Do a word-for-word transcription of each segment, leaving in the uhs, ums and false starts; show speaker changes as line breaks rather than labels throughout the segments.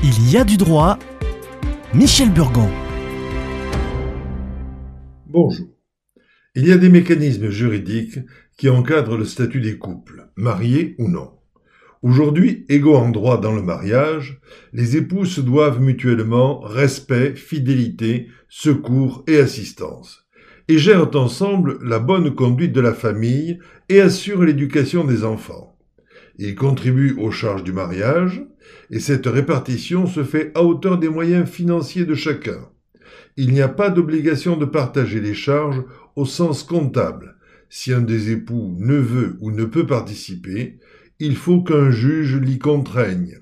Il y a du droit. Michel Burgon.
Bonjour. Il y a des mécanismes juridiques qui encadrent le statut des couples, mariés ou non. Aujourd'hui, égaux en droit dans le mariage, les époux se doivent mutuellement respect, fidélité, secours et assistance, et gèrent ensemble la bonne conduite de la famille et assurent l'éducation des enfants. Ils contribuent aux charges du mariage, et cette répartition se fait à hauteur des moyens financiers de chacun. Il n'y a pas d'obligation de partager les charges au sens comptable. Si un des époux ne veut ou ne peut participer, il faut qu'un juge l'y contraigne.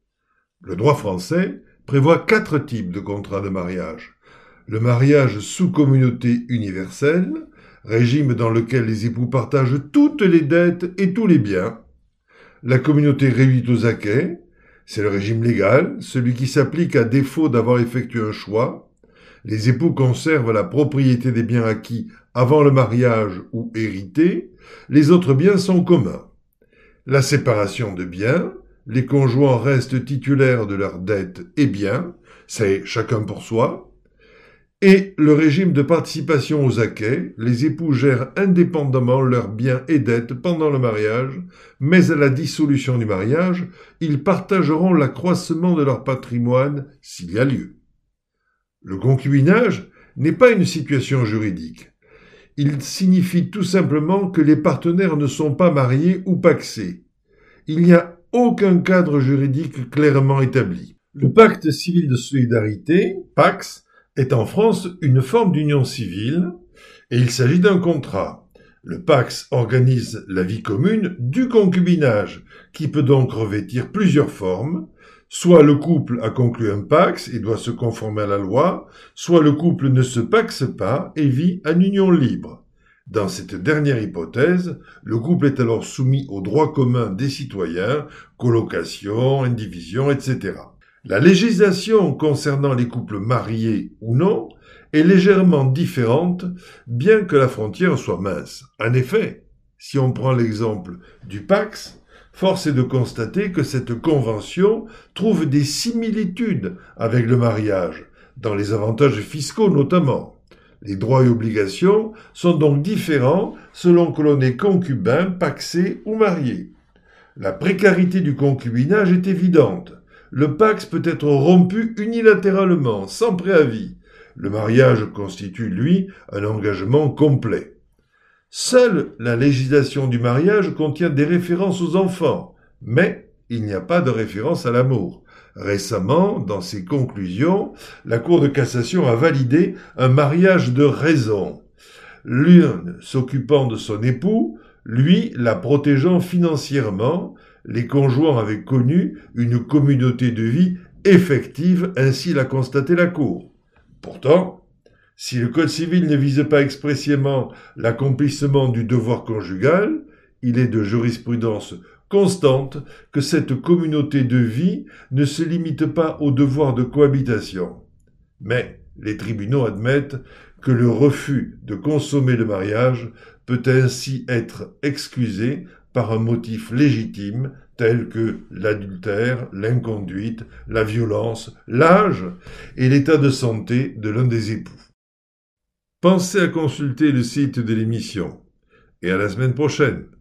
Le droit français prévoit quatre types de contrats de mariage. Le mariage sous communauté universelle, régime dans lequel les époux partagent toutes les dettes et tous les biens. La communauté réduite aux acquêts, c'est le régime légal, celui qui s'applique à défaut d'avoir effectué un choix. Les époux conservent la propriété des biens acquis avant le mariage ou hérités. Les autres biens sont communs. La séparation de biens, les conjoints restent titulaires de leurs dettes et biens, c'est chacun pour soi. Et le régime de participation aux acquêts, les époux gèrent indépendamment leurs biens et dettes pendant le mariage, mais à la dissolution du mariage, ils partageront l'accroissement de leur patrimoine s'il y a lieu. Le concubinage n'est pas une situation juridique. Il signifie tout simplement que les partenaires ne sont pas mariés ou pacsés. Il n'y a aucun cadre juridique clairement établi. Le pacte civil de solidarité, PACS, est en France une forme d'union civile et il s'agit d'un contrat. Le PACS organise la vie commune du concubinage, qui peut donc revêtir plusieurs formes. Soit le couple a conclu un PACS et doit se conformer à la loi, soit le couple ne se paxe pas et vit en union libre. Dans cette dernière hypothèse, le couple est alors soumis aux droits communs des citoyens, colocation, indivision, et cetera. La législation concernant les couples mariés ou non est légèrement différente, bien que la frontière soit mince. En effet, si on prend l'exemple du PACS, force est de constater que cette convention trouve des similitudes avec le mariage, dans les avantages fiscaux notamment. Les droits et obligations sont donc différents selon que l'on est concubin, pacsé ou marié. La précarité du concubinage est évidente. Le PACS peut être rompu unilatéralement, sans préavis. Le mariage constitue, lui, un engagement complet. Seule la législation du mariage contient des références aux enfants, mais il n'y a pas de référence à l'amour. Récemment, dans ses conclusions, la Cour de cassation a validé un mariage de raison. L'une s'occupant de son époux, lui la protégeant financièrement. Les conjoints avaient connu une communauté de vie effective, ainsi l'a constaté la Cour. Pourtant, si le Code civil ne vise pas expressément l'accomplissement du devoir conjugal, il est de jurisprudence constante que cette communauté de vie ne se limite pas au devoir de cohabitation. Mais les tribunaux admettent que le refus de consommer le mariage peut ainsi être excusé par un motif légitime tel que l'adultère, l'inconduite, la violence, l'âge et l'état de santé de l'un des époux. Pensez à consulter le site de l'émission et à la semaine prochaine.